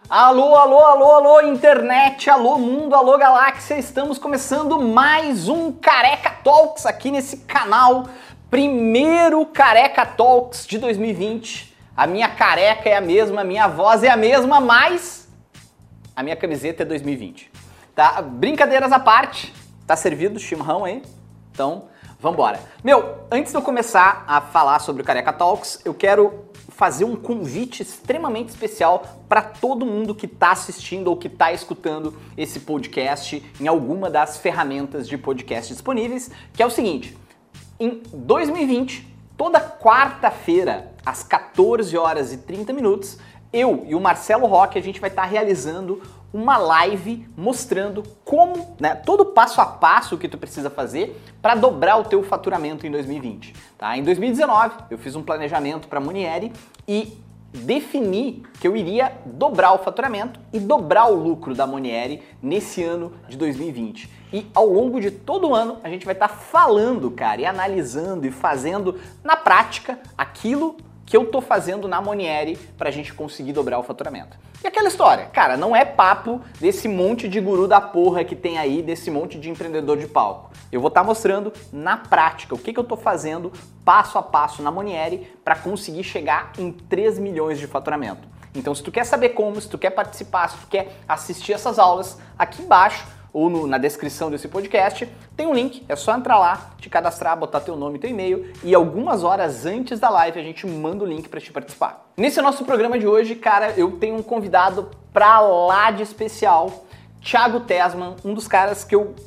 Alô, alô, alô, alô, internet, alô, mundo, alô, galáxia, estamos começando mais um Careca Talks aqui nesse canal, primeiro Careca Talks de 2020, a minha careca é a mesma, a minha voz é a mesma, mas a minha camiseta é 2020, tá? Brincadeiras à parte, tá servido o chimarrão aí? Então, vambora. Antes de eu começar a falar sobre o Careca Talks, eu quero fazer um convite extremamente especial para todo mundo que está assistindo ou que está escutando esse podcast em alguma das ferramentas de podcast disponíveis, que é o seguinte: em 2020, toda quarta-feira, às 14 horas e 30 minutos, eu e o Marcelo Roque, a gente vai estar realizando uma live mostrando como, todo o passo a passo que tu precisa fazer para dobrar o teu faturamento em 2020. Tá? Em 2019, eu fiz um planejamento para a Monieri e defini que eu iria dobrar o faturamento e dobrar o lucro da Monieri nesse ano de 2020. E ao longo de todo o ano, a gente vai estar falando, cara, e analisando e fazendo na prática aquilo que eu tô fazendo na Monieri pra gente conseguir dobrar o faturamento. E aquela história, cara, não é papo desse monte de guru da porra que tem aí, desse monte de empreendedor de palco. Eu vou estar mostrando na prática o que eu tô fazendo passo a passo na Monieri para conseguir chegar em 3 milhões de faturamento. Então, se tu quer saber como, se tu quer participar, se tu quer assistir essas aulas, aqui embaixo ou na descrição desse podcast, tem um link, é só entrar lá, te cadastrar, botar teu nome e teu e-mail e algumas horas antes da live a gente manda o link para te participar. Nesse nosso programa de hoje, cara, eu tenho um convidado pra lá de especial, Thiago Tesman, um dos caras que eu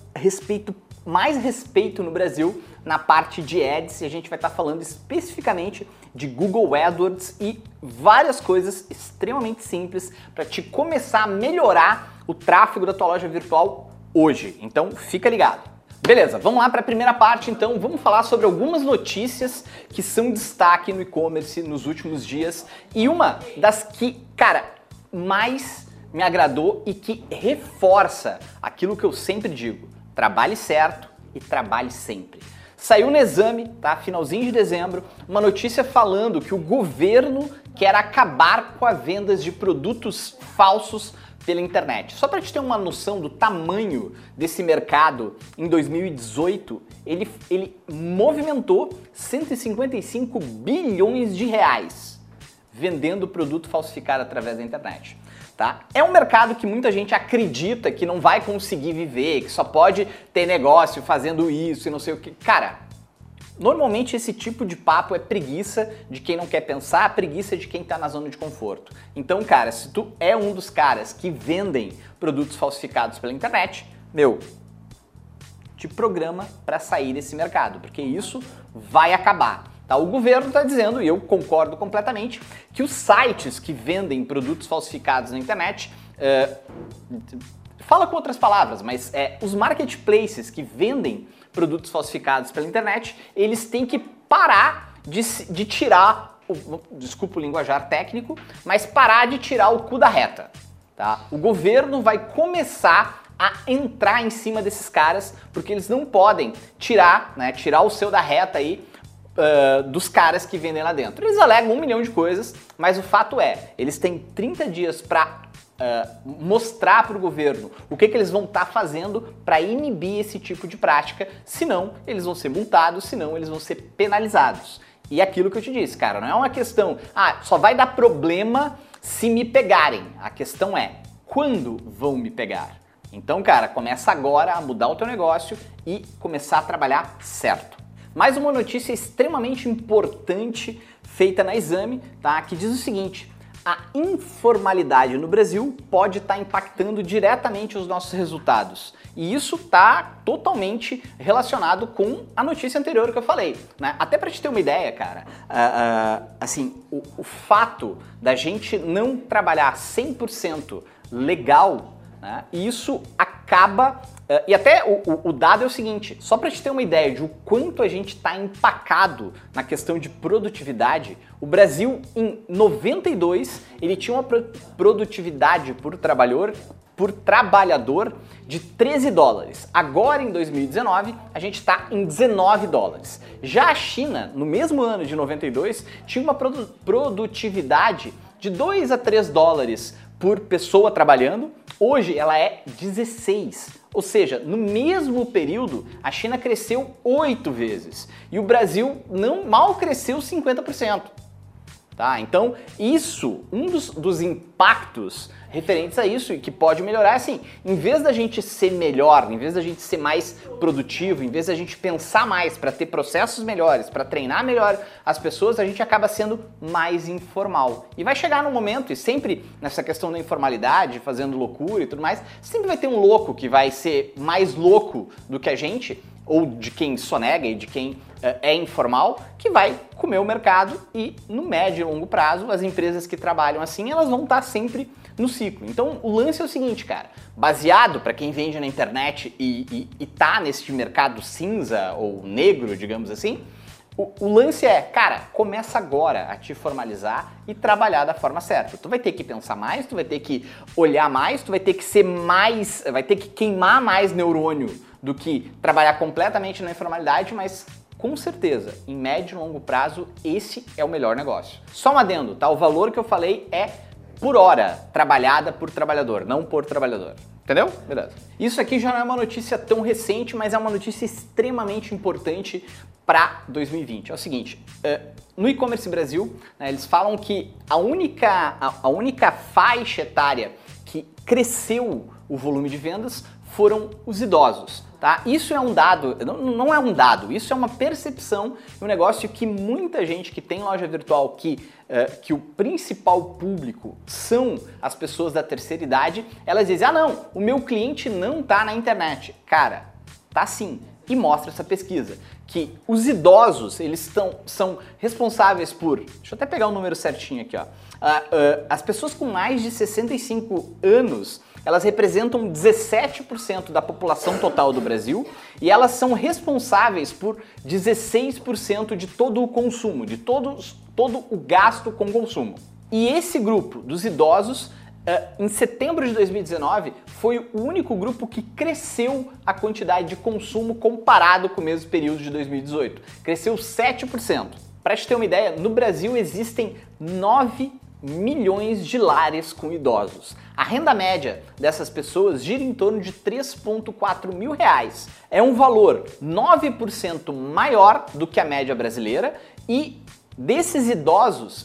mais respeito no Brasil na parte de ads, e a gente vai estar falando especificamente de Google AdWords e várias coisas extremamente simples para te começar a melhorar o tráfego da tua loja virtual hoje. Então fica ligado. Beleza, vamos lá para a primeira parte então. Vamos falar sobre algumas notícias que são destaque no e-commerce nos últimos dias. E uma das que, cara, mais me agradou e que reforça aquilo que eu sempre digo: trabalhe certo e trabalhe sempre. Saiu no Exame, tá? Finalzinho de dezembro, uma notícia falando que o governo quer acabar com as vendas de produtos falsos pela internet. Só para te ter uma noção do tamanho desse mercado, em 2018 ele movimentou 155 bilhões de reais vendendo produto falsificado através da internet. Tá? É um mercado que muita gente acredita que não vai conseguir viver, que só pode ter negócio fazendo isso e não sei o que. Cara, normalmente esse tipo de papo é preguiça de quem não quer pensar, preguiça de quem tá na zona de conforto. Então, cara, se tu é um dos caras que vendem produtos falsificados pela internet, te programa para sair desse mercado, porque isso vai acabar. Tá? O governo está dizendo, e eu concordo completamente, que os sites que vendem produtos falsificados na internet, fala com outras palavras, mas os marketplaces que vendem produtos falsificados pela internet, eles têm que parar de tirar, desculpa o linguajar técnico, mas parar de tirar o cu da reta. Tá? O governo vai começar a entrar em cima desses caras, porque eles não podem tirar o seu da reta aí, dos caras que vendem lá dentro. Eles alegam 1 milhão de coisas, mas o fato é, eles têm 30 dias para mostrar para o governo o que eles vão estar fazendo para inibir esse tipo de prática, senão eles vão ser multados, senão eles vão ser penalizados. E aquilo que eu te disse, cara, não é uma questão, só vai dar problema se me pegarem. A questão é, quando vão me pegar? Então, cara, começa agora a mudar o teu negócio e começar a trabalhar certo. Mais uma notícia extremamente importante feita na Exame, tá? Que diz o seguinte: a informalidade no Brasil pode estar impactando diretamente os nossos resultados. E isso está totalmente relacionado com a notícia anterior que eu falei, né? Até para te ter uma ideia, cara, o fato da gente não trabalhar 100% legal, né? Isso acaba... E até o dado é o seguinte, só para te ter uma ideia de o quanto a gente está empacado na questão de produtividade, o Brasil em 92 ele tinha uma produtividade por trabalhador de 13 dólares. Agora em 2019 a gente está em 19 dólares. Já a China, no mesmo ano de 92, tinha uma produtividade de 2 a 3 dólares por pessoa trabalhando, hoje ela é 16. Ou seja, no mesmo período, a China cresceu 8 vezes e o Brasil mal cresceu 50%. Tá? Então, isso, um dos impactos referentes a isso e que pode melhorar, assim, em vez da gente ser melhor, em vez da gente ser mais produtivo, em vez da gente pensar mais para ter processos melhores, para treinar melhor as pessoas, a gente acaba sendo mais informal. E vai chegar num momento, e sempre nessa questão da informalidade, fazendo loucura e tudo mais, sempre vai ter um louco que vai ser mais louco do que a gente, ou de quem sonega e de quem é informal, que vai comer o mercado e no médio e longo prazo as empresas que trabalham assim, elas vão estar sempre no ciclo. Então o lance é o seguinte, cara, baseado para quem vende na internet e tá nesse mercado cinza ou negro, digamos assim, o lance é, cara, começa agora a te formalizar e trabalhar da forma certa. Tu vai ter que pensar mais, tu vai ter que olhar mais, tu vai ter que ser mais, vai ter que queimar mais neurônio do que trabalhar completamente na informalidade, mas com certeza, em médio e longo prazo, esse é o melhor negócio. Só um adendo, tá? O valor que eu falei é por hora trabalhada por trabalhador, não por trabalhador. Entendeu? Beleza. Isso aqui já não é uma notícia tão recente, mas é uma notícia extremamente importante para 2020. É o seguinte, no e-commerce Brasil, né, eles falam que a única faixa etária que cresceu o volume de vendas foram os idosos. Tá? Isso é um dado, não é um dado, isso é uma percepção de um negócio que muita gente que tem loja virtual, que o principal público são as pessoas da terceira idade, elas dizem, ah não, o meu cliente não tá na internet. Cara, tá sim. E mostra essa pesquisa, que os idosos, eles são responsáveis por, deixa eu até pegar o número certinho aqui, ó, as pessoas com mais de 65 anos, elas representam 17% da população total do Brasil e elas são responsáveis por 16% de todo o consumo, de todo o gasto com consumo. E esse grupo dos idosos, em setembro de 2019, foi o único grupo que cresceu a quantidade de consumo comparado com o mesmo período de 2018. Cresceu 7%. Para te ter uma ideia, no Brasil existem 9 milhões de lares com idosos. A renda média dessas pessoas gira em torno de 3,4 mil reais. É um valor 9% maior do que a média brasileira e desses idosos,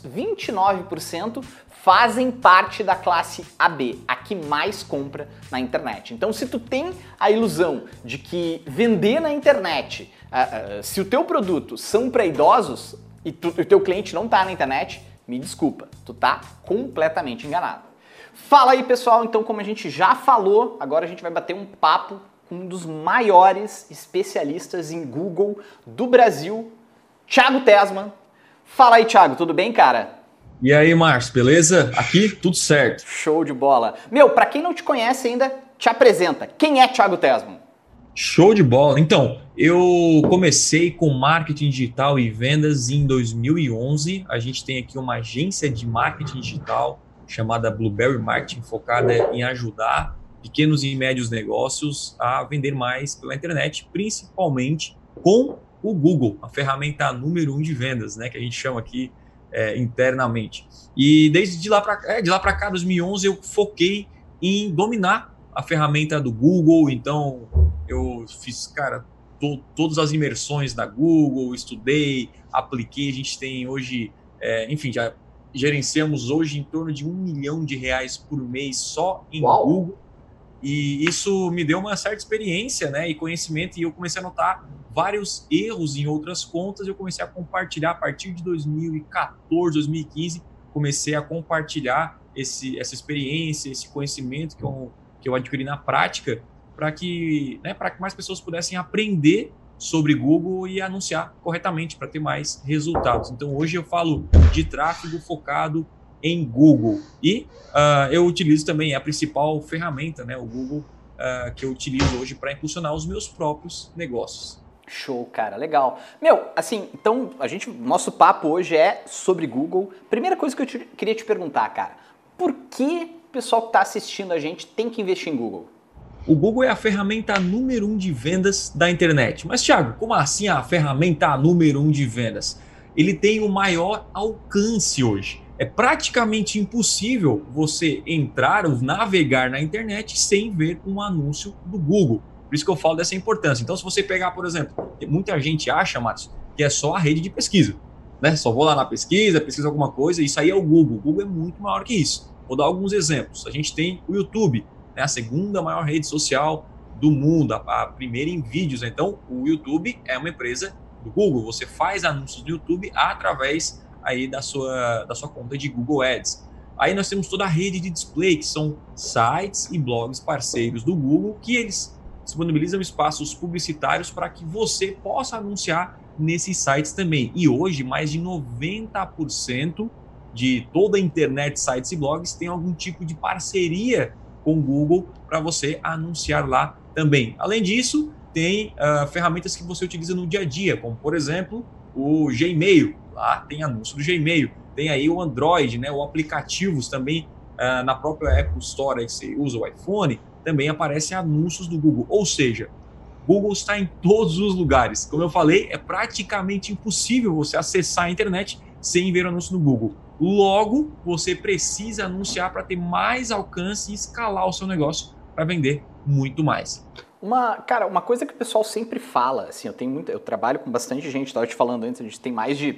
29% fazem parte da classe AB, a que mais compra na internet. Então, se tu tem a ilusão de que vender na internet, se o teu produto são para idosos e o teu cliente não está na internet, me desculpa, tu tá completamente enganado. Fala aí, pessoal, então como a gente já falou, agora a gente vai bater um papo com um dos maiores especialistas em Google do Brasil, Thiago Tesman. Fala aí, Thiago, tudo bem, cara? E aí, Márcio, beleza? Aqui, tudo certo. Show de bola. Meu, pra quem não te conhece ainda, te apresenta. Quem é Thiago Tesman? Show de bola. Então, eu comecei com marketing digital e vendas em 2011. A gente tem aqui uma agência de marketing digital chamada Blueberry Marketing, focada em ajudar pequenos e médios negócios a vender mais pela internet, principalmente com o Google, a ferramenta número 1 de vendas, né, que a gente chama aqui internamente. E desde lá para cá, 2011, eu foquei em dominar a ferramenta do Google. Então, eu fiz, cara, todas as imersões da Google, estudei, apliquei. A gente tem hoje, enfim, já gerenciamos hoje em torno de R$1 milhão por mês só em Uau. Google. E isso me deu uma certa experiência, né, e conhecimento, e eu comecei a notar vários erros em outras contas. Eu comecei a compartilhar a partir de 2014, 2015, comecei a compartilhar essa experiência, esse conhecimento que eu adquiri na prática, para que mais pessoas pudessem aprender sobre Google e anunciar corretamente, para ter mais resultados. Então, hoje eu falo de tráfego focado em Google. E eu utilizo também a principal ferramenta, né, o Google, que eu utilizo hoje para impulsionar os meus próprios negócios. Show, cara, legal. Meu, assim, então, nosso papo hoje é sobre Google. Primeira coisa que eu queria te perguntar, cara, por que o pessoal que está assistindo a gente tem que investir em Google? O Google é a ferramenta número 1 de vendas da internet. Mas, Thiago, como assim a ferramenta número 1 de vendas? Ele tem o maior alcance hoje. É praticamente impossível você entrar ou navegar na internet sem ver um anúncio do Google. Por isso que eu falo dessa importância. Então, se você pegar, por exemplo, muita gente acha, Márcio, que é só a rede de pesquisa, né? Só vou lá na pesquisa, pesquisa alguma coisa, isso aí é o Google. O Google é muito maior que isso. Vou dar alguns exemplos. A gente tem o YouTube, né? A segunda maior rede social do mundo, a primeira em vídeos. Então, o YouTube é uma empresa do Google. Você faz anúncios no YouTube através aí da sua conta de Google Ads. Aí nós temos toda a rede de display, que são sites e blogs parceiros do Google, que eles disponibilizam espaços publicitários para que você possa anunciar nesses sites também. E hoje, mais de 90% de toda a internet, sites e blogs tem algum tipo de parceria com o Google para você anunciar lá também. Além disso, tem ferramentas que você utiliza no dia a dia, como, por exemplo, o Gmail. Lá tem anúncio do Gmail. Tem aí o Android, né, ou aplicativos também na própria Apple Store, aí que você usa o iPhone, também aparecem anúncios do Google. Ou seja, Google está em todos os lugares. Como eu falei, é praticamente impossível você acessar a internet sem ver anúncio no Google. Logo, você precisa anunciar para ter mais alcance e escalar o seu negócio para vender muito mais. Cara, uma coisa que o pessoal sempre fala, assim, eu trabalho com bastante gente, estava te falando antes, a gente tem mais de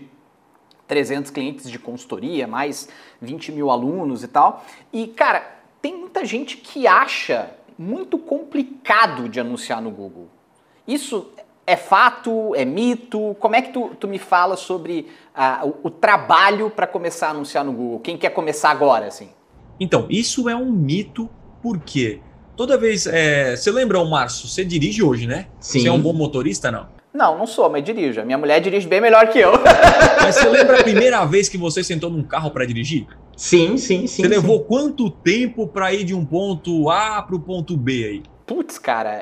300 clientes de consultoria, mais 20 mil alunos e tal. E, cara, tem muita gente que acha muito complicado de anunciar no Google. Isso é fato? É mito? Como é que tu me fala sobre o trabalho para começar a anunciar no Google? Quem quer começar agora, assim? Então, isso é um mito, porque toda vez... você lembra, Márcio, você dirige hoje, né? Sim. Você é um bom motorista, não? Não sou, mas dirijo. A minha mulher dirige bem melhor que eu. Mas você lembra a primeira vez que você sentou num carro para dirigir? Sim. Você levou quanto tempo para ir de um ponto A para o ponto B aí? Putz, cara,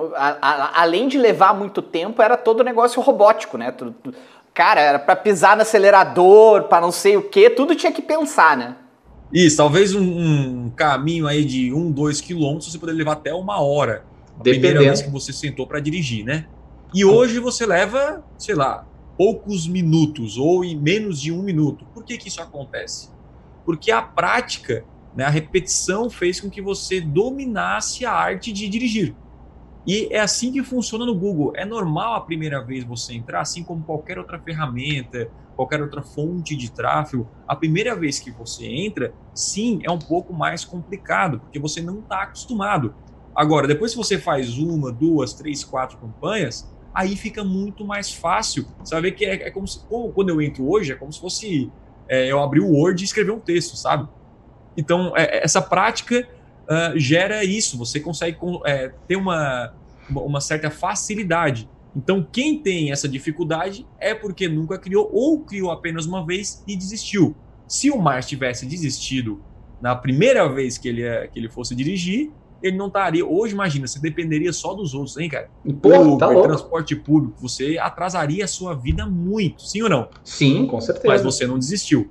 além de levar muito tempo, era todo negócio robótico, né? Cara, era para pisar no acelerador, para não sei o quê, tudo tinha que pensar, né? Isso, talvez um caminho aí de 2 quilômetros você poderia levar até 1 hora. A primeira vez que você sentou para dirigir, né? E hoje você leva, sei lá, poucos minutos ou em menos de 1 minuto. Por que isso acontece? Porque a prática, né, a repetição fez com que você dominasse a arte de dirigir. E é assim que funciona no Google. É normal a primeira vez você entrar, assim como qualquer outra ferramenta, qualquer outra fonte de tráfego. A primeira vez que você entra, sim, é um pouco mais complicado, porque você não está acostumado. Agora, depois que você faz 1, 2, 3, 4 campanhas, aí fica muito mais fácil. Sabe que é como se, quando eu entro hoje, é como se fosse eu abrir o Word e escrever um texto, sabe? Então, essa prática gera isso. Você consegue ter uma certa facilidade. Então, quem tem essa dificuldade é porque nunca criou ou criou apenas uma vez e desistiu. Se o Márcio tivesse desistido na primeira vez que ele fosse dirigir, ele não estaria... Hoje, imagina, você dependeria só dos outros, hein, cara? Pô, tá louco. Transporte público, você atrasaria a sua vida muito, sim ou não? Sim, com certeza. Mas você não desistiu.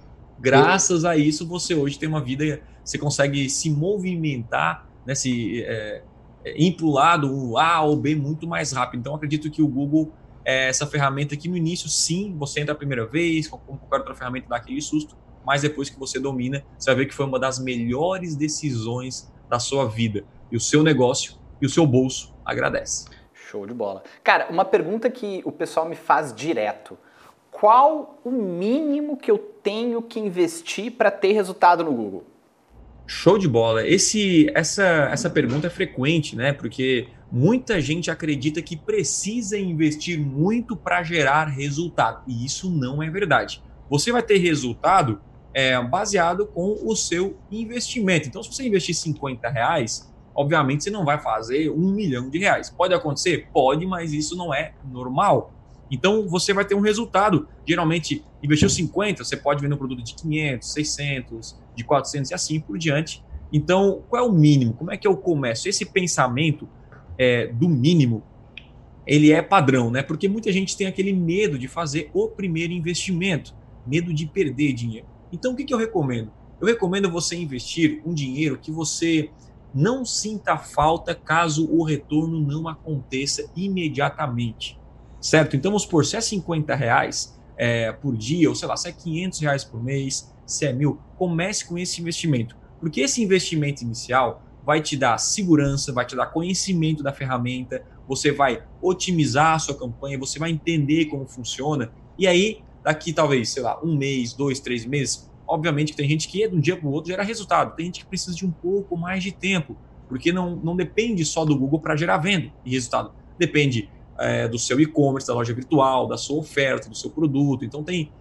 Graças a isso, você hoje tem uma vida... Você consegue se movimentar, né, ir para o lado, o A ou B, muito mais rápido. Então, acredito que o Google é essa ferramenta que no início, sim, você entra a primeira vez, como qualquer outra ferramenta dá aquele susto, mas depois que você domina, você vai ver que foi uma das melhores decisões da sua vida. E o seu negócio e o seu bolso agradece. Show de bola. Cara, uma pergunta que o pessoal me faz direto. Qual o mínimo que eu tenho que investir para ter resultado no Google? Show de bola. Essa pergunta é frequente, né? Porque muita gente acredita que precisa investir muito para gerar resultado. E isso não é verdade. Você vai ter resultado baseado com o seu investimento. Então, se você investir R$50, obviamente você não vai fazer R$1 milhão. Pode acontecer? Pode, mas isso não é normal. Então, você vai ter um resultado. Geralmente, investiu 50, você pode vender um produto de 500, 600, de 400 e assim por diante. Então, qual é o mínimo? Como é que eu começo? Esse pensamento do mínimo, ele é padrão, né? Porque muita gente tem aquele medo de fazer o primeiro investimento, medo de perder dinheiro. Então, o que eu recomendo? Eu recomendo você investir um dinheiro que você não sinta falta caso o retorno não aconteça imediatamente. Certo? Então, vamos supor, se é R$50, por dia, ou sei lá, se é R$ 500 por mês, se é 1.000, comece com esse investimento. Porque esse investimento inicial vai te dar segurança, vai te dar conhecimento da ferramenta, você vai otimizar a sua campanha, você vai entender como funciona, e aí, daqui talvez, sei lá, 1 mês, 2, 3 meses, obviamente que tem gente que de um dia para o outro gera resultado, tem gente que precisa de um pouco mais de tempo, porque não depende só do Google para gerar venda e resultado, depende do seu e-commerce, da loja virtual, da sua oferta, do seu produto, então tem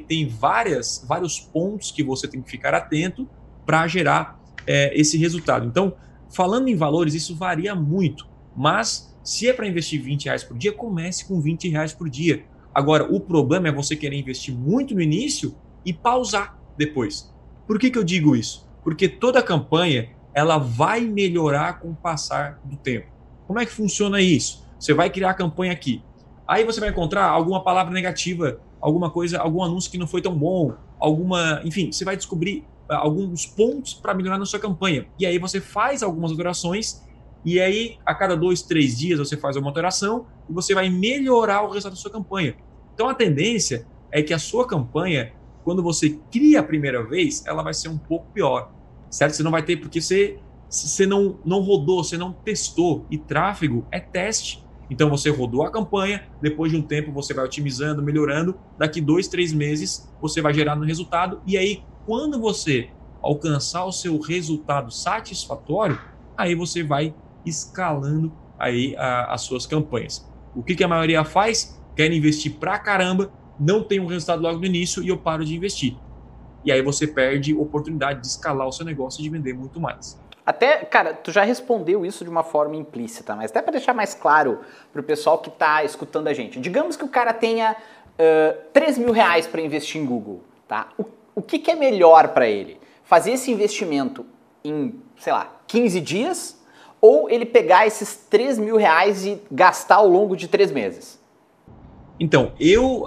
vários pontos que você tem que ficar atento para gerar esse resultado. Então, falando em valores, isso varia muito, mas se é para investir R$ 20 por dia, comece com R$ 20 por dia. Agora, o problema é você querer investir muito no início e pausar depois. Por que eu digo isso? Porque toda campanha ela vai melhorar com o passar do tempo. Como é que funciona isso? Você vai criar a campanha aqui. Aí você vai encontrar alguma palavra negativa, alguma coisa, algum anúncio que não foi tão bom, enfim, você vai descobrir alguns pontos para melhorar na sua campanha. E aí você faz algumas alterações e aí a cada 2, 3 dias você faz uma alteração e você vai melhorar o resultado da sua campanha. Então a tendência é que a sua campanha, quando você cria a primeira vez, ela vai ser um pouco pior, certo? Você não vai ter, porque você não rodou, você não testou, e tráfego é teste. Então você rodou a campanha, depois de um tempo você vai otimizando, melhorando, daqui 2, 3 meses você vai gerar no resultado, e aí quando você alcançar o seu resultado satisfatório, aí você vai escalando aí as suas campanhas. O que a maioria faz? Quer investir pra caramba, não tem um resultado logo no início e eu paro de investir. E aí você perde a oportunidade de escalar o seu negócio e de vender muito mais. Até, cara, tu já respondeu isso de uma forma implícita, mas até para deixar mais claro pro pessoal que tá escutando a gente. Digamos que o cara tenha R$3.000 para investir em Google, tá? O que é melhor para ele? Fazer esse investimento em, sei lá, 15 dias ou ele pegar esses R$3.000 e gastar ao longo de 3 meses? Então, eu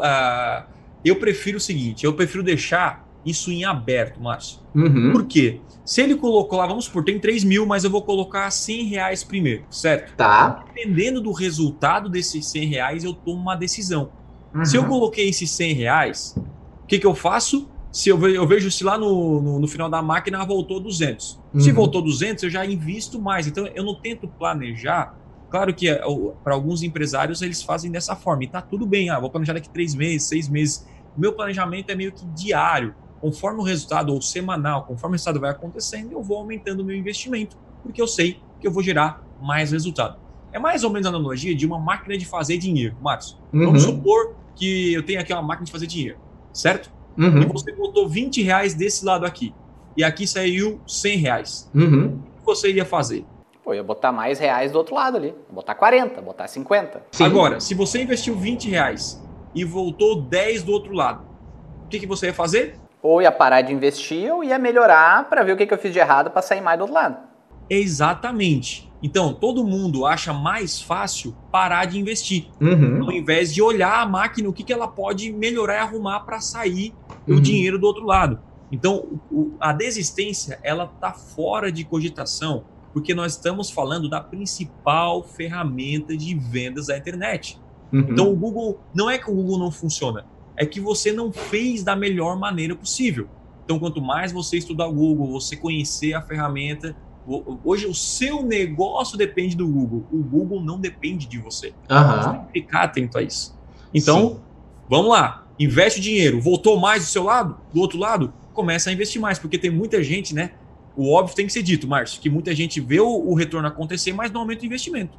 prefiro o seguinte, eu prefiro deixar isso em aberto, Márcio. Uhum. Por quê? Se ele colocou lá, vamos supor, tem 3.000, mas eu vou colocar R$100 primeiro, certo? Tá. Dependendo do resultado desses R$100, eu tomo uma decisão. Uhum. Se eu coloquei esses R$100, o que eu faço? Se eu vejo se lá no final da máquina voltou 200. Se voltou 200, eu já invisto mais. Então, eu não tento planejar. Claro que para alguns empresários eles fazem dessa forma. E tá tudo bem. Vou planejar daqui 3 meses, 6 meses. O meu planejamento é meio que diário. Conforme o resultado, ou semanal, conforme o resultado vai acontecendo, eu vou aumentando o meu investimento, porque eu sei que eu vou gerar mais resultado. É mais ou menos a analogia de uma máquina de fazer dinheiro, Márcio. Vamos supor que eu tenho aqui uma máquina de fazer dinheiro, certo? E você botou R$20 desse lado aqui, e aqui saiu R$100. O que você iria fazer? Pô, eu ia botar mais reais do outro lado ali. Botar 40, botar 50. Sim. Agora, se você investiu R$20 e voltou 10 do outro lado, o que você ia fazer? Ou ia parar de investir ou ia melhorar para ver o que eu fiz de errado para sair mais do outro lado. Exatamente. Então, todo mundo acha mais fácil parar de investir, ao invés de olhar a máquina, o que ela pode melhorar e arrumar para sair o dinheiro do outro lado. Então, a desistência, ela está fora de cogitação, porque nós estamos falando da principal ferramenta de vendas da internet. Então, o Google, não é que o Google não funciona, é que você não fez da melhor maneira possível. Então, quanto mais você estudar o Google, você conhecer a ferramenta, hoje o seu negócio depende do Google. O Google não depende de você. Você tem que ficar atento a isso. Então, vamos lá. Investe o dinheiro. Voltou mais do seu lado? Do outro lado? Começa a investir mais. Porque tem muita gente, né? O óbvio tem que ser dito, Márcio, que muita gente vê o retorno acontecer, mas não aumenta o investimento.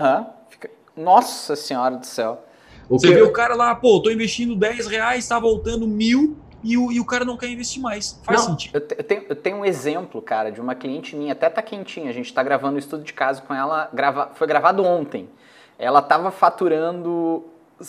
Nossa Senhora do céu. Você vê o cara lá, pô, tô investindo R$10, tá voltando 1.000 e o cara não quer investir mais. Faz sentido. Eu tenho um exemplo, cara, de uma cliente minha, até tá quentinha, a gente tá gravando um estudo de caso com ela, foi gravado ontem. Ela tava faturando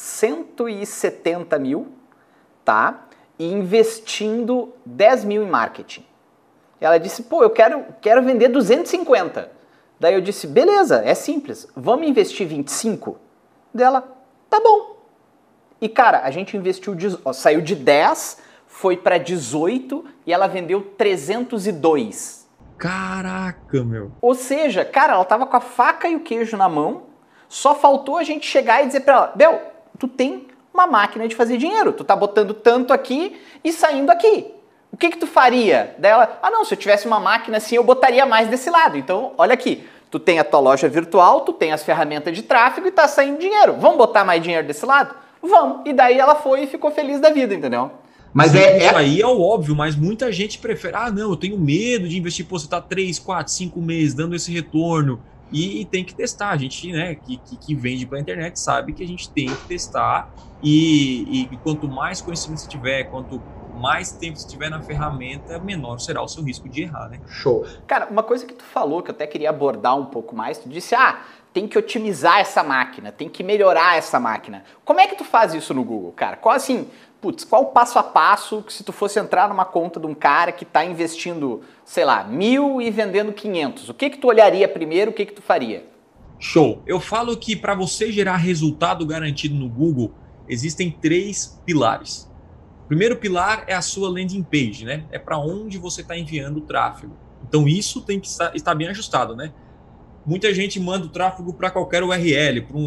170 mil, tá? E investindo 10 mil em marketing. Ela disse, pô, eu quero vender 250. Daí eu disse, beleza, é simples, vamos investir 25? Dela, tá bom. E cara, a gente investiu, saiu de 10, foi para 18 e ela vendeu 302. Caraca, meu. Ou seja, cara, ela tava com a faca e o queijo na mão, só faltou a gente chegar e dizer para ela, Bel, tu tem uma máquina de fazer dinheiro. Tu tá botando tanto aqui e saindo aqui. O que tu faria? Daí ela, não, se eu tivesse uma máquina assim, eu botaria mais desse lado. Então, olha aqui, tu tem a tua loja virtual, tu tem as ferramentas de tráfego e tá saindo dinheiro. Vamos botar mais dinheiro desse lado? Vamos. E daí ela foi e ficou feliz da vida, entendeu? Mas isso aí é o óbvio, mas muita gente prefere, não, eu tenho medo de investir, pô, você tá 3, 4, 5 meses dando esse retorno. E tem que testar. A gente, né, que vende pela internet sabe que a gente tem que testar e quanto mais conhecimento você tiver, quanto mais tempo você tiver na ferramenta, menor será o seu risco de errar, né? Show. Cara, uma coisa que tu falou, que eu até queria abordar um pouco mais, tu disse, tem que otimizar essa máquina, tem que melhorar essa máquina. Como é que tu faz isso no Google, cara? Qual o passo a passo que se tu fosse entrar numa conta de um cara que está investindo, sei lá, 1.000 e vendendo 500, o que tu olharia primeiro, o que tu faria? Show. Eu falo que para você gerar resultado garantido no Google, existem 3 pilares. O primeiro pilar é a sua landing page, né? É para onde você está enviando o tráfego. Então isso tem que estar bem ajustado, né? Muita gente manda o tráfego para qualquer URL, para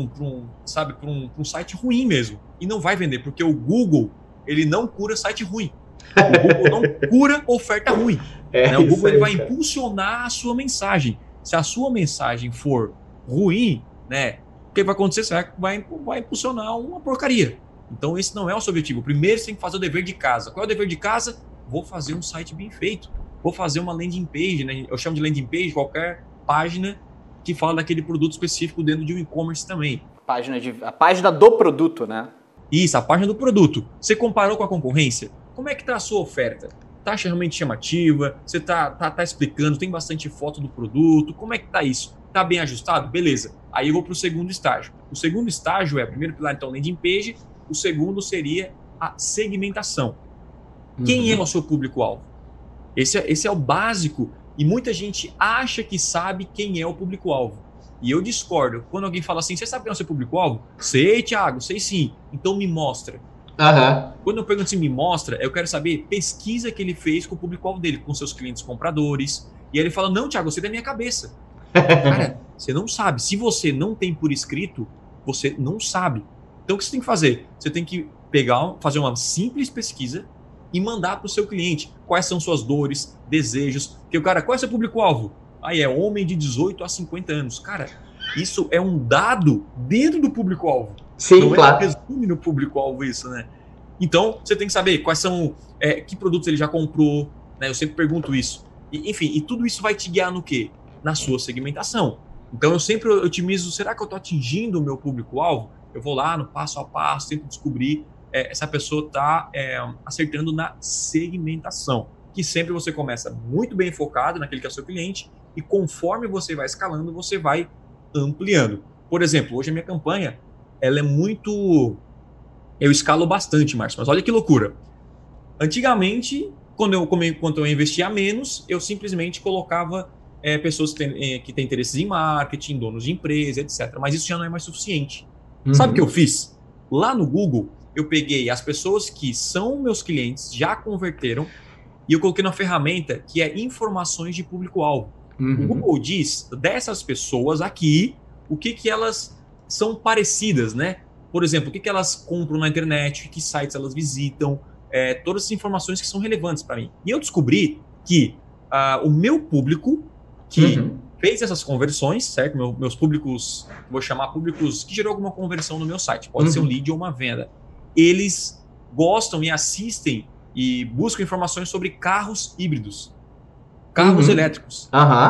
um site ruim mesmo. E não vai vender, porque o Google, ele não cura site ruim. O Google não cura oferta ruim. Né? O Google ele vai impulsionar a sua mensagem. Se a sua mensagem for ruim, né, o que vai acontecer? Você vai impulsionar uma porcaria. Então esse não é o seu objetivo. Primeiro você tem que fazer o dever de casa. Qual é o dever de casa? Vou fazer um site bem feito. Vou fazer uma landing page, né? Eu chamo de landing page qualquer página que fala daquele produto específico dentro de um e-commerce também. A página do produto, né? Isso, a página do produto. Você comparou com a concorrência? Como é que está a sua oferta? Está realmente chamativa? Você tá explicando? Tem bastante foto do produto? Como é que está isso? Está bem ajustado? Beleza. Aí eu vou para o segundo estágio. O segundo estágio é, o primeiro pilar, então, landing page. O segundo seria a segmentação. Quem é o seu público-alvo? Esse é o básico. E muita gente acha que sabe quem é o público-alvo. E eu discordo. Quando alguém fala assim, você sabe quem é o seu público-alvo? Sei, Thiago, sei sim. Então me mostra. Quando eu pergunto assim, me mostra, eu quero saber pesquisa que ele fez com o público-alvo dele, com seus clientes compradores. E aí ele fala, não, Thiago, você é da minha cabeça. Cara, você não sabe. Se você não tem por escrito, você não sabe. Então o que você tem que fazer? Você tem que fazer uma simples pesquisa e mandar para o seu cliente quais são suas dores, desejos. Porque o cara, qual é o seu público-alvo? Aí é homem de 18 a 50 anos. Cara, isso é um dado dentro do público-alvo. Sim, não claro. É resume no público-alvo isso, né? Então, você tem que saber quais são, que produtos ele já comprou, né? Eu sempre pergunto isso. Enfim, e tudo isso vai te guiar no quê? Na sua segmentação. Então, eu sempre otimizo, será que eu estou atingindo o meu público-alvo? Eu vou lá no passo a passo, tento descobrir essa pessoa está acertando na segmentação. Que sempre você começa muito bem focado naquele que é o seu cliente e conforme você vai escalando, você vai ampliando. Por exemplo, hoje a minha campanha, ela é muito... Eu escalo bastante, Márcio, mas olha que loucura. Antigamente, quando eu investia menos, eu simplesmente colocava pessoas que têm interesses em marketing, donos de empresa, etc. Mas isso já não é mais suficiente. Sabe o que eu fiz? Lá no Google, eu peguei as pessoas que são meus clientes, já converteram, e eu coloquei na ferramenta que é informações de público-alvo. O Google diz dessas pessoas aqui, o que elas são parecidas, né? Por exemplo, o que elas compram na internet, que sites elas visitam, todas as informações que são relevantes para mim. E eu descobri que o meu público, que fez essas conversões, certo? Meus públicos, vou chamar públicos que gerou alguma conversão no meu site, pode ser um lead ou uma venda. Eles gostam e assistem e buscam informações sobre carros híbridos, carros elétricos.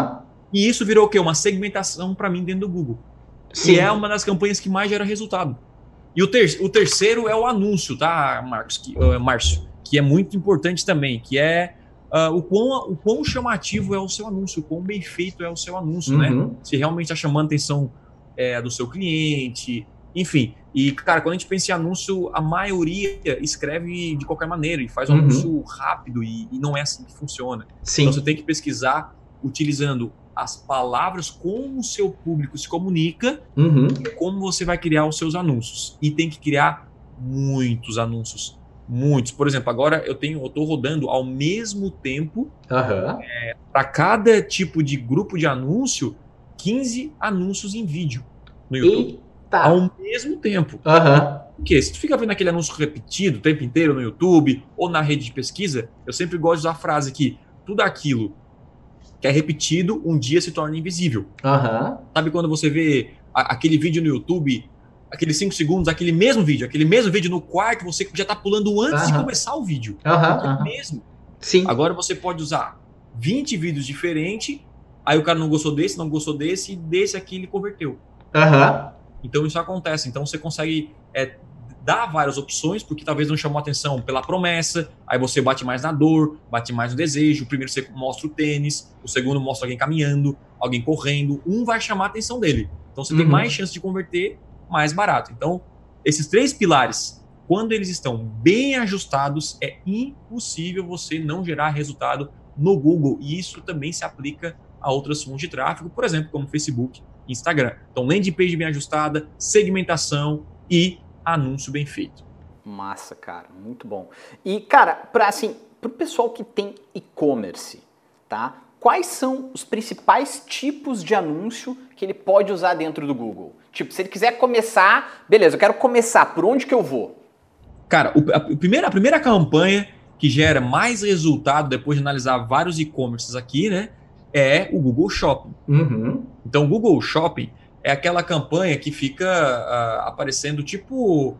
E isso virou o quê? Uma segmentação para mim dentro do Google. Sim. E é uma das campanhas que mais gera resultado. E o terceiro é o anúncio, tá, Márcio? Que é muito importante também, que é o quão chamativo é o seu anúncio, o quão bem feito é o seu anúncio, né? Se realmente está chamando a atenção do seu cliente, enfim. E, cara, quando a gente pensa em anúncio, a maioria escreve de qualquer maneira e faz um anúncio rápido e não é assim que funciona. Sim. Então você tem que pesquisar utilizando as palavras, como o seu público se comunica e como você vai criar os seus anúncios. E tem que criar muitos anúncios. Muitos. Por exemplo, agora eu estou rodando ao mesmo tempo, para cada tipo de grupo de anúncio, 15 anúncios em vídeo no YouTube. Eita. Ao mesmo tempo. Porque se tu fica vendo aquele anúncio repetido o tempo inteiro no YouTube ou na rede de pesquisa, eu sempre gosto de usar a frase que tudo aquilo que é repetido, um dia se torna invisível. Sabe quando você vê aquele vídeo no YouTube, aqueles 5 segundos, aquele mesmo vídeo no quarto, você já tá pulando antes de começar o vídeo. Mesmo. Sim. Agora você pode usar 20 vídeos diferentes, aí o cara não gostou desse, e desse aqui ele converteu. Então isso acontece. Então você consegue dar várias opções, porque talvez não chamou atenção pela promessa, aí você bate mais na dor, bate mais no desejo. O primeiro você mostra o tênis, o segundo mostra alguém caminhando, alguém correndo. Um vai chamar a atenção dele. Então você tem mais chance de converter mais barato. Então, esses 3 pilares, quando eles estão bem ajustados, é impossível você não gerar resultado no Google. E isso também se aplica a outras fontes de tráfego, por exemplo, como Facebook e Instagram. Então, landing page bem ajustada, segmentação e anúncio bem feito. Massa, cara. Muito bom. E, cara, pro pessoal que tem e-commerce, tá? Quais são os principais tipos de anúncio que ele pode usar dentro do Google? Tipo, se ele quiser começar, beleza, eu quero começar, por onde que eu vou? Cara, a primeira campanha que gera mais resultado depois de analisar vários e-commerces aqui, né, é o Google Shopping. Então, o Google Shopping é aquela campanha que fica aparecendo tipo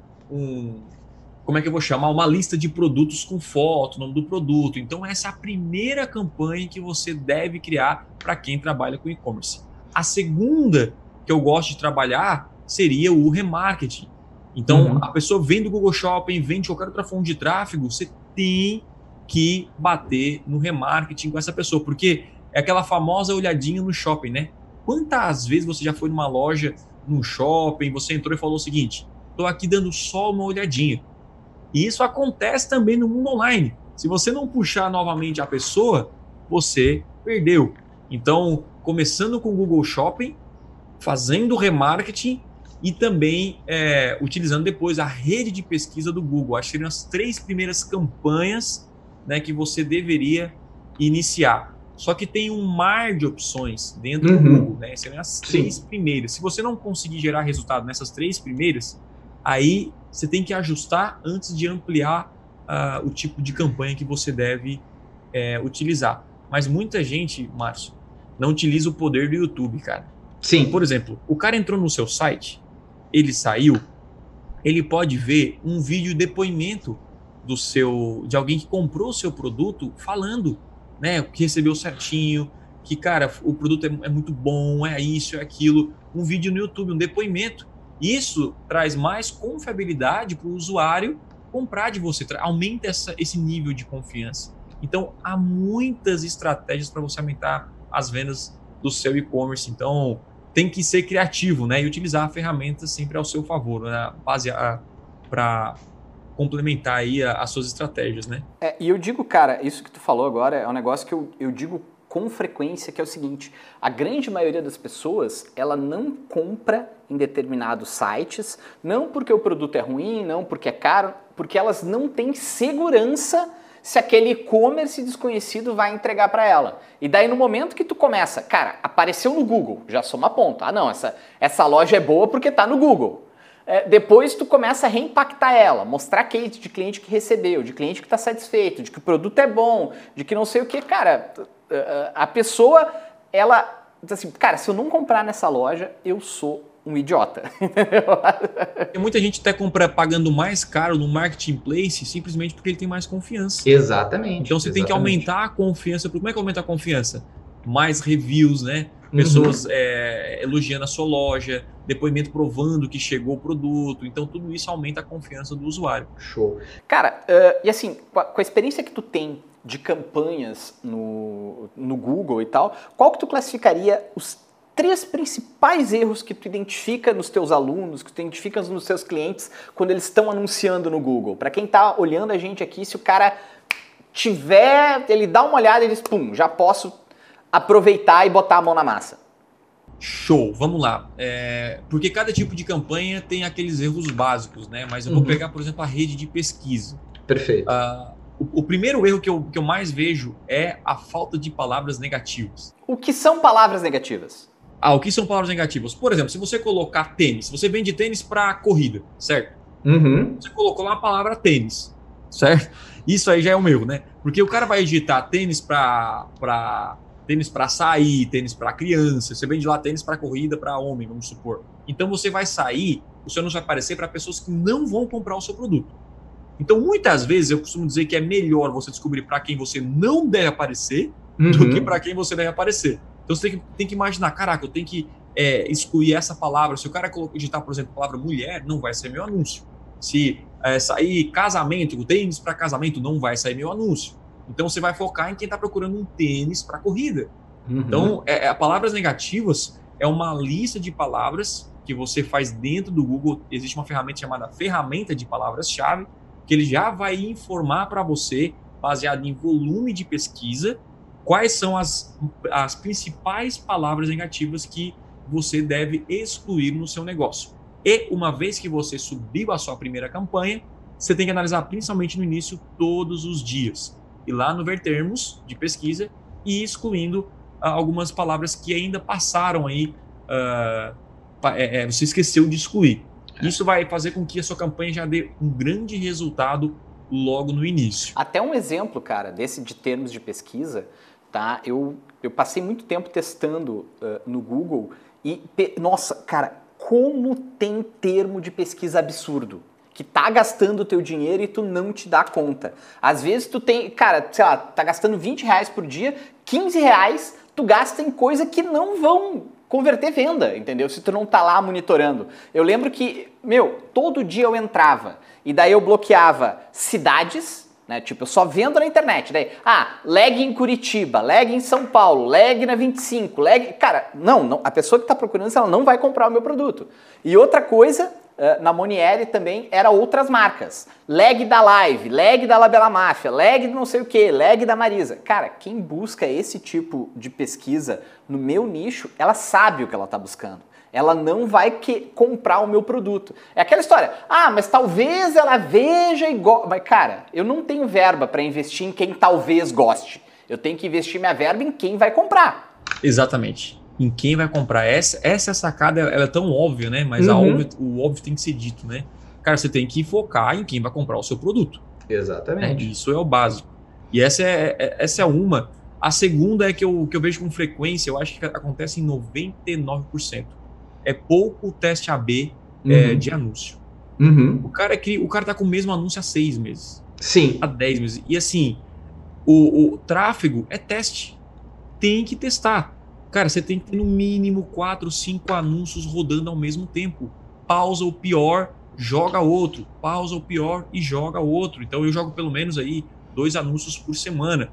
como é que eu vou chamar? Uma lista de produtos com foto, nome do produto. Então, essa é a primeira campanha que você deve criar para quem trabalha com e-commerce. A segunda que eu gosto de trabalhar seria o remarketing. Então, a pessoa vem do Google Shopping, vem de qualquer outra fonte de tráfego, você tem que bater no remarketing com essa pessoa, porque é aquela famosa olhadinha no shopping, né? Quantas vezes você já foi numa loja, num shopping, você entrou e falou o seguinte: estou aqui dando só uma olhadinha. E isso acontece também no mundo online. Se você não puxar novamente a pessoa, você perdeu. Então, começando com o Google Shopping, fazendo remarketing e também utilizando depois a rede de pesquisa do Google. Acho que seriam as 3 primeiras campanhas, né, que você deveria iniciar. Só que tem um mar de opções dentro do Google, né? Seriam as 3 primeiras. Se você não conseguir gerar resultado nessas 3 primeiras, aí você tem que ajustar antes de ampliar o tipo de campanha que você deve utilizar. Mas muita gente, Márcio, não utiliza o poder do YouTube, cara. Sim. Por exemplo, o cara entrou no seu site, ele saiu, ele pode ver um vídeo depoimento de alguém que comprou o seu produto falando, né, que recebeu certinho, que, cara, o produto é muito bom, é isso, é aquilo. Um vídeo no YouTube, um depoimento. Isso traz mais confiabilidade para o usuário comprar de você, aumenta esse nível de confiança. Então, há muitas estratégias para você aumentar as vendas do seu e-commerce. Então, tem que ser criativo, né, e utilizar a ferramenta sempre ao seu favor, né, para complementar aí as suas estratégias, né? E eu digo, cara, isso que tu falou agora é um negócio que eu digo com frequência, que é o seguinte: a grande maioria das pessoas, ela não compra em determinados sites, não porque o produto é ruim, não porque é caro, porque elas não têm segurança se aquele e-commerce desconhecido vai entregar para ela. E daí no momento que tu começa, cara, apareceu no Google, já soma ponto. Ah não, essa loja é boa porque tá no Google. Depois tu começa a reimpactar ela, mostrar case de cliente que recebeu, de cliente que está satisfeito, de que o produto é bom, de que não sei o que. Cara, a pessoa, ela diz assim, cara, se eu não comprar nessa loja, eu sou um idiota. Tem muita gente até compra pagando mais caro no marketplace simplesmente porque ele tem mais confiança. Exatamente. Então você tem que aumentar a confiança. Como é que aumenta a confiança? Mais reviews, né? Pessoas elogiando a sua loja, depoimento provando que chegou o produto. Então, tudo isso aumenta a confiança do usuário. Show. Cara, e assim, com a experiência que tu tem de campanhas no Google e tal, qual que tu classificaria os 3 principais erros que tu identifica nos teus alunos, que tu identifica nos seus clientes quando eles estão anunciando no Google? Para quem tá olhando a gente aqui, se o cara ele dá uma olhada e diz, pum, já posso aproveitar e botar a mão na massa. Show, vamos lá. Porque cada tipo de campanha tem aqueles erros básicos, né? Mas eu vou pegar, por exemplo, a rede de pesquisa. Perfeito. O primeiro erro que eu mais vejo é a falta de palavras negativas. O que são palavras negativas? O que são palavras negativas? Por exemplo, se você colocar tênis, você vende tênis para corrida, certo? Uhum. Você colocou lá a palavra tênis, certo? Isso aí já é um erro, né? Porque o cara vai digitar tênis para sair, tênis para criança, você vende lá tênis para corrida, para homem, vamos supor. Então você vai sair, o seu anúncio vai aparecer para pessoas que não vão comprar o seu produto. Então, muitas vezes, eu costumo dizer que é melhor você descobrir para quem você não deve aparecer do que para quem você deve aparecer. Então, você tem que imaginar, caraca, eu tenho que excluir essa palavra. Se o cara digitar, por exemplo, a palavra mulher, não vai ser meu anúncio. Se sair casamento, tênis para casamento, não vai sair meu anúncio. Então, você vai focar em quem está procurando um tênis para corrida. Então, palavras negativas é uma lista de palavras que você faz dentro do Google. Existe uma ferramenta chamada ferramenta de palavras-chave, que ele já vai informar para você, baseado em volume de pesquisa, quais são as principais palavras negativas que você deve excluir no seu negócio. E uma vez que você subiu a sua primeira campanha, você tem que analisar principalmente no início todos os dias. E lá no ver termos de pesquisa e excluindo algumas palavras que ainda passaram aí, você esqueceu de excluir. Isso vai fazer com que a sua campanha já dê um grande resultado logo no início. Até um exemplo, cara, desse de termos de pesquisa, tá? Eu passei muito tempo testando no Google e, nossa, cara, como tem termo de pesquisa absurdo, que tá gastando o teu dinheiro e tu não te dá conta. Às vezes tu tem, cara, sei lá, tá gastando R$20 por dia, R$15 tu gasta em coisa que não vão converter venda, entendeu? Se tu não tá lá monitorando. Eu lembro que, todo dia eu entrava e daí eu bloqueava cidades, né? Tipo, eu só vendo na internet. Daí, lag em Curitiba, lag em São Paulo, lag na 25, lag... Cara, não, a pessoa que tá procurando isso, ela não vai comprar o meu produto. E outra coisa, na Monieri também, era outras marcas. Lag da Live, lag da Labela Máfia, lag do não sei o que, lag da Marisa. Cara, quem busca esse tipo de pesquisa no meu nicho, ela sabe o que ela está buscando. Ela não vai comprar o meu produto. É aquela história, mas talvez ela veja e goste. Mas, cara, eu não tenho verba para investir em quem talvez goste. Eu tenho que investir minha verba em quem vai comprar. Exatamente. Em quem vai comprar. Essa sacada, ela é tão óbvia, né? Mas o óbvio tem que ser dito, né? Cara, você tem que focar em quem vai comprar o seu produto. Exatamente. Isso é o básico. E essa é uma. A segunda é que eu vejo com frequência, eu acho que acontece em 99%. É pouco teste AB de anúncio. O cara tá com o mesmo anúncio há 6 meses. Sim. Há 10 meses. E assim, o tráfego é teste. Tem que testar. Cara, você tem que ter no mínimo 4, 5 anúncios rodando ao mesmo tempo. Pausa o pior, joga outro. Pausa o pior e joga outro. Então eu jogo pelo menos aí 2 anúncios por semana.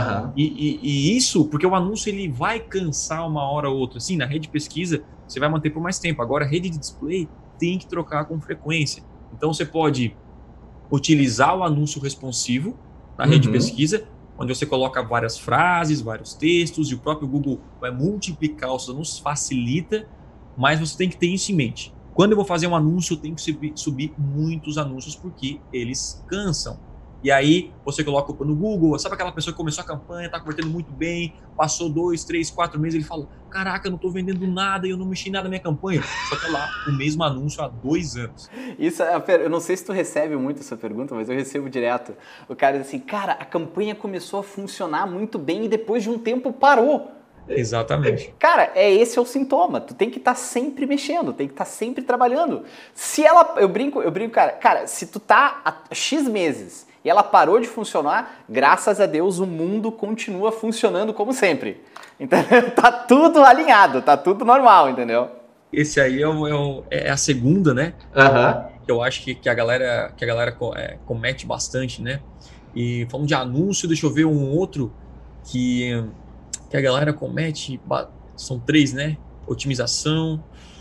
E isso porque o anúncio ele vai cansar uma hora ou outra. Sim, na rede de pesquisa você vai manter por mais tempo. Agora a rede de display tem que trocar com frequência. Então você pode utilizar o anúncio responsivo na rede de pesquisa, onde você coloca várias frases, vários textos, e o próprio Google vai multiplicar os anúncios, facilita, mas você tem que ter isso em mente. Quando eu vou fazer um anúncio, eu tenho que subir muitos anúncios, porque eles cansam. E aí você coloca no Google, sabe aquela pessoa que começou a campanha, está convertendo muito bem, passou 2, 3, 4 meses, ele fala, caraca, eu não estou vendendo nada e eu não mexi nada na minha campanha. Só que é lá o mesmo anúncio há 2 anos. Isso, eu não sei se tu recebe muito essa pergunta, mas eu recebo direto. O cara diz assim, cara, a campanha começou a funcionar muito bem e depois de um tempo parou. Exatamente. Cara, esse é o sintoma. Tu tem que estar sempre mexendo, tem que estar sempre trabalhando. Se ela, eu brinco, cara, se tu tá há X meses e ela parou de funcionar, graças a Deus o mundo continua funcionando como sempre. Entendeu? Tá tudo alinhado, tá tudo normal, entendeu? Esse aí é a segunda, né? Que eu acho que a galera comete bastante, né? E falando de anúncio, deixa eu ver um outro que a galera comete, são 3, né? Otimização.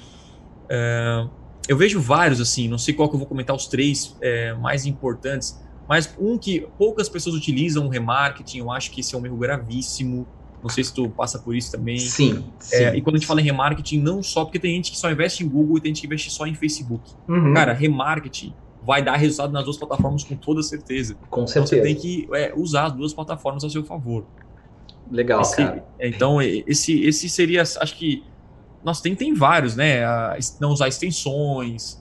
Eu vejo vários, assim, não sei qual que eu vou comentar os 3 mais importantes, mas um que poucas pessoas utilizam, o remarketing, eu acho que esse é um erro gravíssimo. Não sei se tu passa por isso também. Sim. E quando a gente fala em remarketing, não só, porque tem gente que só investe em Google e tem gente que investe só em Facebook. Cara, remarketing vai dar resultado nas 2 plataformas com toda certeza. Com certeza. Então você tem que usar as 2 plataformas a seu favor. Legal, cara. Então, esse seria, acho que... Nossa, tem vários, né? Não usar extensões,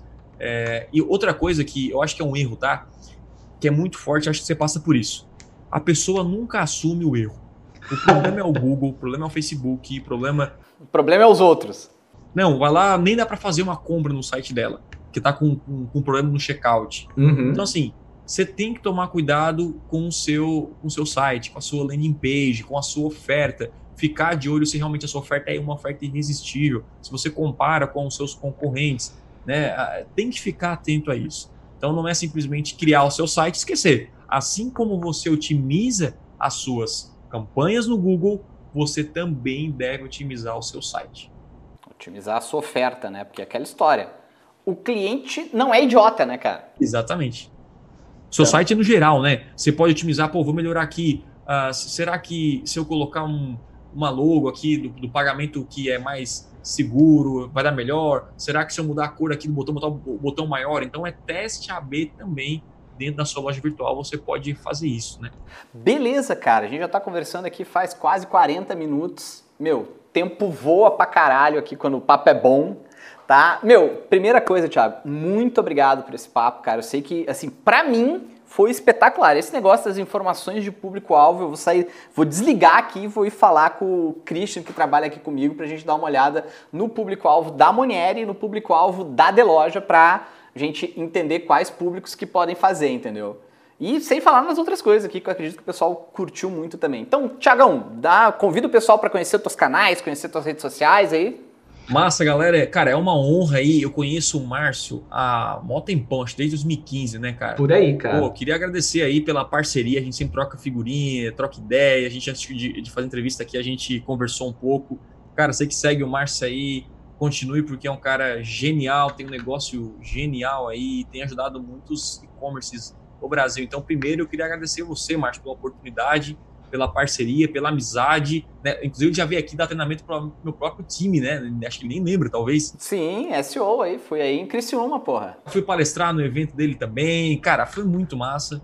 E outra coisa que eu acho que é um erro, tá? Que é muito forte, acho que você passa por isso. A pessoa nunca assume o erro. O problema é o Google, o problema é o Facebook, o problema é os outros. Não, vai lá, nem dá para fazer uma compra no site dela, que tá com problema no checkout. Então, assim, você tem que tomar cuidado com o seu site, com a sua landing page, com a sua oferta. Ficar de olho se realmente a sua oferta é uma oferta irresistível, se você compara com os seus concorrentes, né? Tem que ficar atento a isso. Então, não é simplesmente criar o seu site e esquecer. Assim como você otimiza as suas campanhas no Google, você também deve otimizar o seu site. Otimizar a sua oferta, né? Porque é aquela história. O cliente não é idiota, né, cara? Exatamente. Seu site no geral, né? Você pode otimizar, vou melhorar aqui. Será que se eu colocar uma logo aqui do pagamento que é mais seguro, vai dar melhor? Será que se eu mudar a cor aqui do botão, botar o botão maior? Então é teste AB também. Dentro da sua loja virtual você pode fazer isso, né? Beleza, cara. A gente já tá conversando aqui faz quase 40 minutos. Meu, tempo voa pra caralho aqui quando o papo é bom, tá? Meu, primeira coisa, Thiago, muito obrigado por esse papo, cara. Eu sei que, assim, pra mim foi espetacular. Esse negócio das informações de público-alvo, eu vou desligar aqui e vou ir falar com o Christian, que trabalha aqui comigo, pra gente dar uma olhada no público-alvo da Monieri e no público-alvo da Deloja pra gente entender quais públicos que podem fazer, entendeu? E sem falar nas outras coisas aqui, que eu acredito que o pessoal curtiu muito também. Então, Thiagão, convida o pessoal para conhecer os teus canais, conhecer as tuas redes sociais aí. Massa, galera. Cara, é uma honra aí. Eu conheço o Márcio há mó tempão, acho que desde 2015, né, cara? Por aí, cara. Pô, queria agradecer aí pela parceria. A gente sempre troca figurinha, troca ideia. A gente, antes de fazer entrevista aqui, a gente conversou um pouco. Cara, você que segue o Márcio aí, continue, porque é um cara genial, tem um negócio genial aí, tem ajudado muitos e-commerces no Brasil. Então, primeiro, eu queria agradecer você, Márcio, pela oportunidade, pela parceria, pela amizade, né? Inclusive, eu já veio aqui dar treinamento para o meu próprio time, né? Acho que nem lembro, talvez. Sim, SEO aí, fui aí em Criciúma, porra. Fui palestrar no evento dele também, cara, foi muito massa.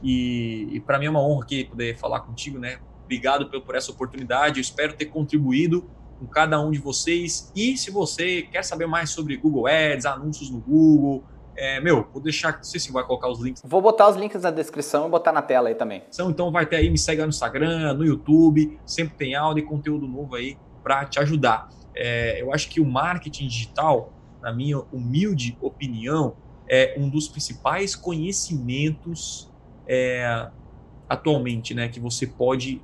E para mim é uma honra aqui poder falar contigo, né? Obrigado por essa oportunidade, eu espero ter contribuído com cada um de vocês. E se você quer saber mais sobre Google Ads, anúncios no Google, vou deixar, não sei se vai colocar os links. Vou botar os links na descrição e botar na tela aí também. Então vai ter aí, me segue no Instagram, no YouTube, sempre tem áudio e conteúdo novo aí para te ajudar. Eu acho que o marketing digital, na minha humilde opinião, é um dos principais conhecimentos atualmente, né, que você pode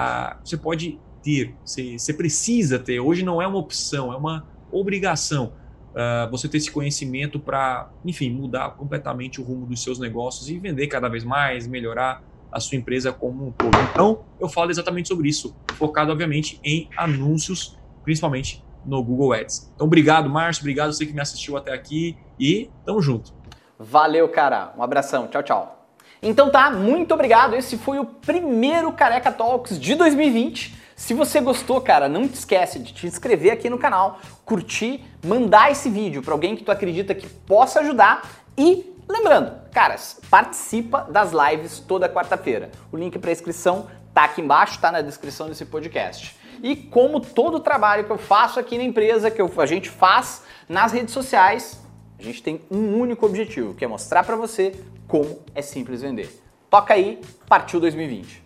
ter, você precisa ter. Hoje não é uma opção, é uma obrigação. Você ter esse conhecimento para, enfim, mudar completamente o rumo dos seus negócios e vender cada vez mais, melhorar a sua empresa como um todo. Então, eu falo exatamente sobre isso, focado, obviamente, em anúncios, principalmente no Google Ads. Então, obrigado, Márcio, obrigado você que me assistiu até aqui e tamo junto. Valeu, cara. Um abração. Tchau, tchau. Então tá, muito obrigado. Esse foi o primeiro Careca Talks de 2020. Se você gostou, cara, não te esquece de te inscrever aqui no canal, curtir, mandar esse vídeo para alguém que tu acredita que possa ajudar e lembrando, caras, participa das lives toda quarta-feira. O link para inscrição tá aqui embaixo, tá na descrição desse podcast. E como todo o trabalho que eu faço aqui na empresa, que a gente faz nas redes sociais, a gente tem um único objetivo, que é mostrar para você como é simples vender. Toca aí, partiu 2020.